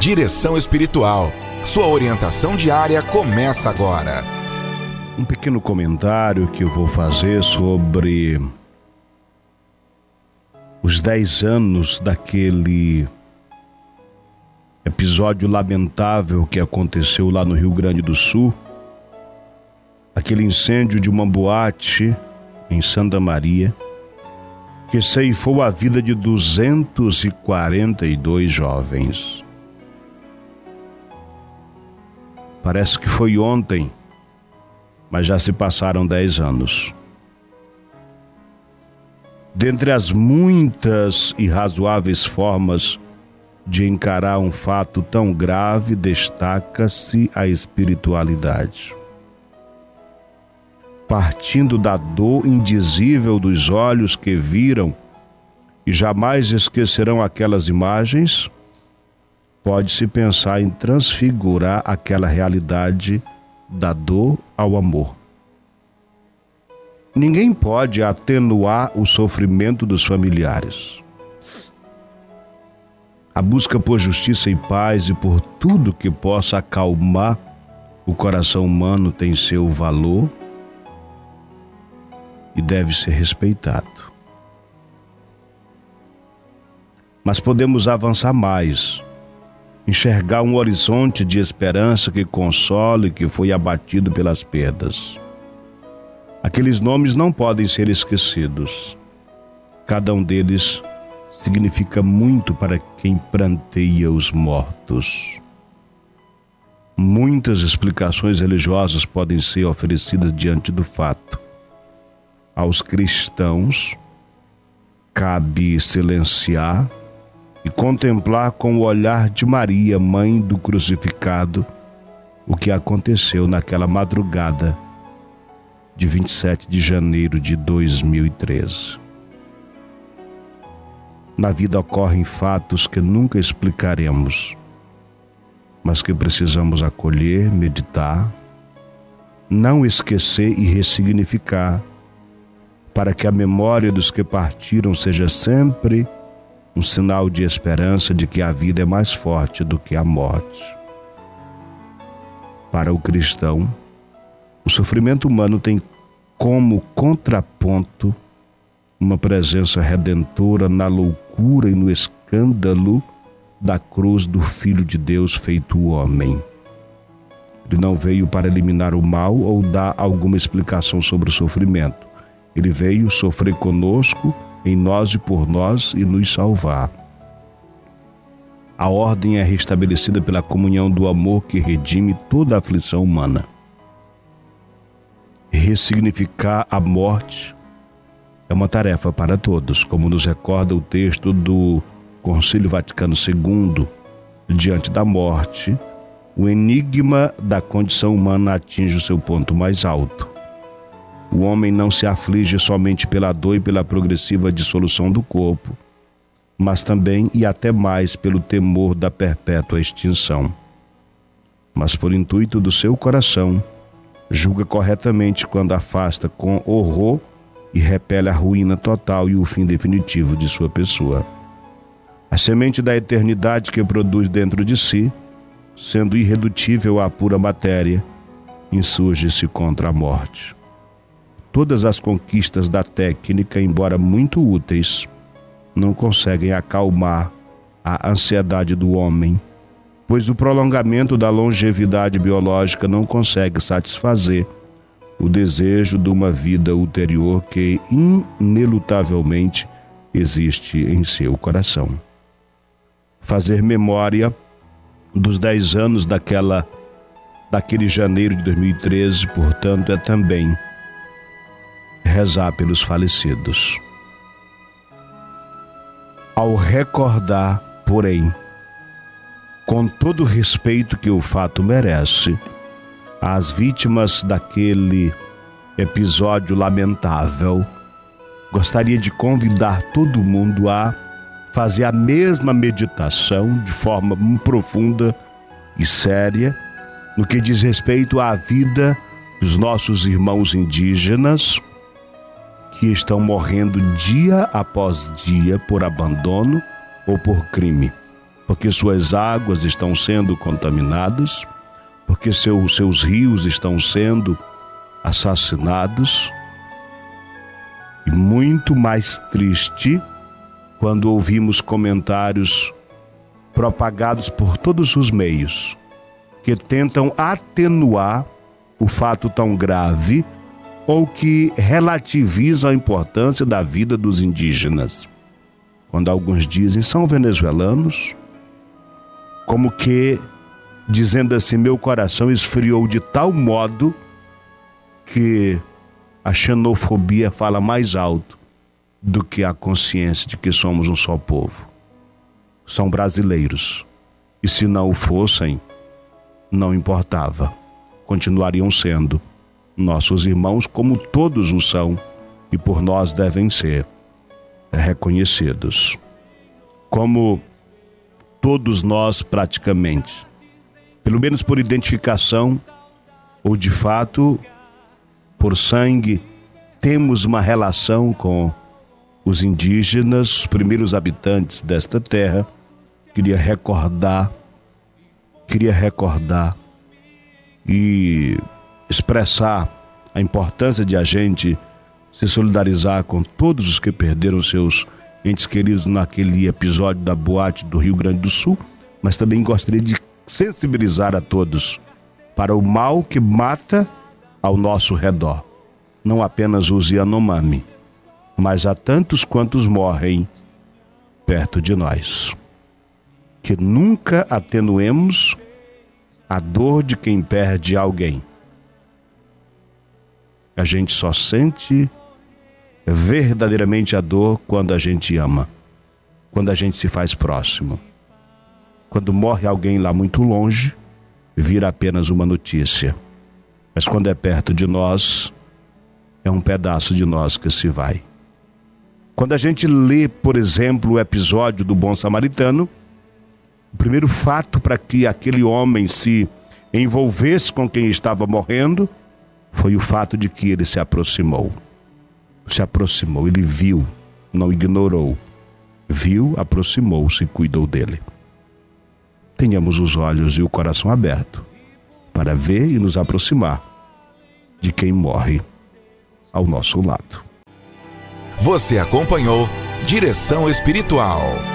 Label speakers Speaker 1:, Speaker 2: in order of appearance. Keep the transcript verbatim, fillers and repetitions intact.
Speaker 1: Direção Espiritual. Sua orientação diária começa agora.
Speaker 2: Um pequeno comentário que eu vou fazer sobre os dez anos daquele episódio lamentável que aconteceu lá no Rio Grande do Sul, aquele incêndio de uma boate em Santa Maria, que ceifou a vida de duzentos e quarenta e dois jovens. Parece que foi ontem, mas já se passaram dez anos. Dentre as muitas e razoáveis formas de encarar um fato tão grave, destaca-se a espiritualidade. Partindo da dor indizível dos olhos que viram e jamais esquecerão aquelas imagens, pode-se pensar em transfigurar aquela realidade da dor ao amor. Ninguém pode atenuar o sofrimento dos familiares. A busca por justiça e paz e por tudo que possa acalmar o coração humano tem seu valor e deve ser respeitado. Mas podemos avançar mais, enxergar um horizonte de esperança que consola e que foi abatido pelas perdas. Aqueles nomes não podem ser esquecidos. Cada um deles significa muito para quem pranteia os mortos. Muitas explicações religiosas podem ser oferecidas diante do fato. Aos cristãos, cabe silenciar e contemplar com o olhar de Maria, mãe do crucificado, o que aconteceu naquela madrugada de vinte e sete de janeiro de dois mil e treze. Na vida ocorrem fatos que nunca explicaremos, mas que precisamos acolher, meditar, não esquecer e ressignificar, para que a memória dos que partiram seja sempre um sinal de esperança de que a vida é mais forte do que a morte. Para o cristão, o sofrimento humano tem como contraponto uma presença redentora na loucura e no escândalo da cruz do Filho de Deus feito homem. Ele não veio para eliminar o mal ou dar alguma explicação sobre o sofrimento. Ele veio sofrer conosco, em nós e por nós, e nos salvar. A ordem é restabelecida pela comunhão do amor que redime toda a aflição humana. Ressignificar a morte é uma tarefa para todos, como nos recorda o texto do Concílio Vaticano segundo. Diante da morte, o enigma da condição humana atinge o seu ponto mais alto. O homem não se aflige somente pela dor e pela progressiva dissolução do corpo, mas também e até mais pelo temor da perpétua extinção. Mas por intuito do seu coração, julga corretamente quando afasta com horror e repele a ruína total e o fim definitivo de sua pessoa. A semente da eternidade que produz dentro de si, sendo irredutível à pura matéria, insurge-se contra a morte. Todas as conquistas da técnica, embora muito úteis, não conseguem acalmar a ansiedade do homem, pois o prolongamento da longevidade biológica não consegue satisfazer o desejo de uma vida ulterior que inelutavelmente existe em seu coração. Fazer memória dos dez anos daquela, daquele janeiro de dois mil e treze, portanto, é também rezar pelos falecidos. Ao recordar, porém, com todo o respeito que o fato merece, as vítimas daquele episódio lamentável, gostaria de convidar todo mundo a fazer a mesma meditação de forma profunda e séria no que diz respeito à vida dos nossos irmãos indígenas que estão morrendo dia após dia por abandono ou por crime. porque suas águas estão sendo contaminadas, porque seu, seus rios estão sendo assassinados. E muito mais triste quando ouvimos comentários propagados por todos os meios que tentam atenuar o fato tão grave ou que relativizam a importância da vida dos indígenas. Quando alguns dizem são venezuelanos, como que dizendo assim, meu coração esfriou de tal modo que a xenofobia fala mais alto do que a consciência de que somos um só povo. São brasileiros. E se não o fossem, não importava. Continuariam sendo nossos irmãos, como todos o são, e por nós devem ser reconhecidos. Como todos nós praticamente, pelo menos por identificação, ou de fato, por sangue, temos uma relação com os indígenas, os primeiros habitantes desta terra. Queria recordar, queria recordar e expressar a importância de a gente se solidarizar com todos os que perderam seus entes queridos naquele episódio da boate do Rio Grande do Sul, mas também gostaria de sensibilizar a todos para o mal que mata ao nosso redor. Não apenas os Yanomami, mas há tantos quantos morrem perto de nós. Que nunca atenuemos a dor de quem perde alguém. A gente só sente verdadeiramente a dor quando a gente ama, quando a gente se faz próximo. Quando morre alguém lá muito longe, vira apenas uma notícia. Mas quando é perto de nós, é um pedaço de nós que se vai. Quando a gente lê, por exemplo, o episódio do Bom Samaritano, o primeiro fato para que aquele homem se envolvesse com quem estava morrendo foi o fato de que ele se aproximou. Se aproximou, ele viu, não ignorou. Viu, aproximou-se e cuidou dele. Tenhamos os olhos e o coração aberto para ver e nos aproximar de quem morre ao nosso lado.
Speaker 1: Você acompanhou Direção Espiritual.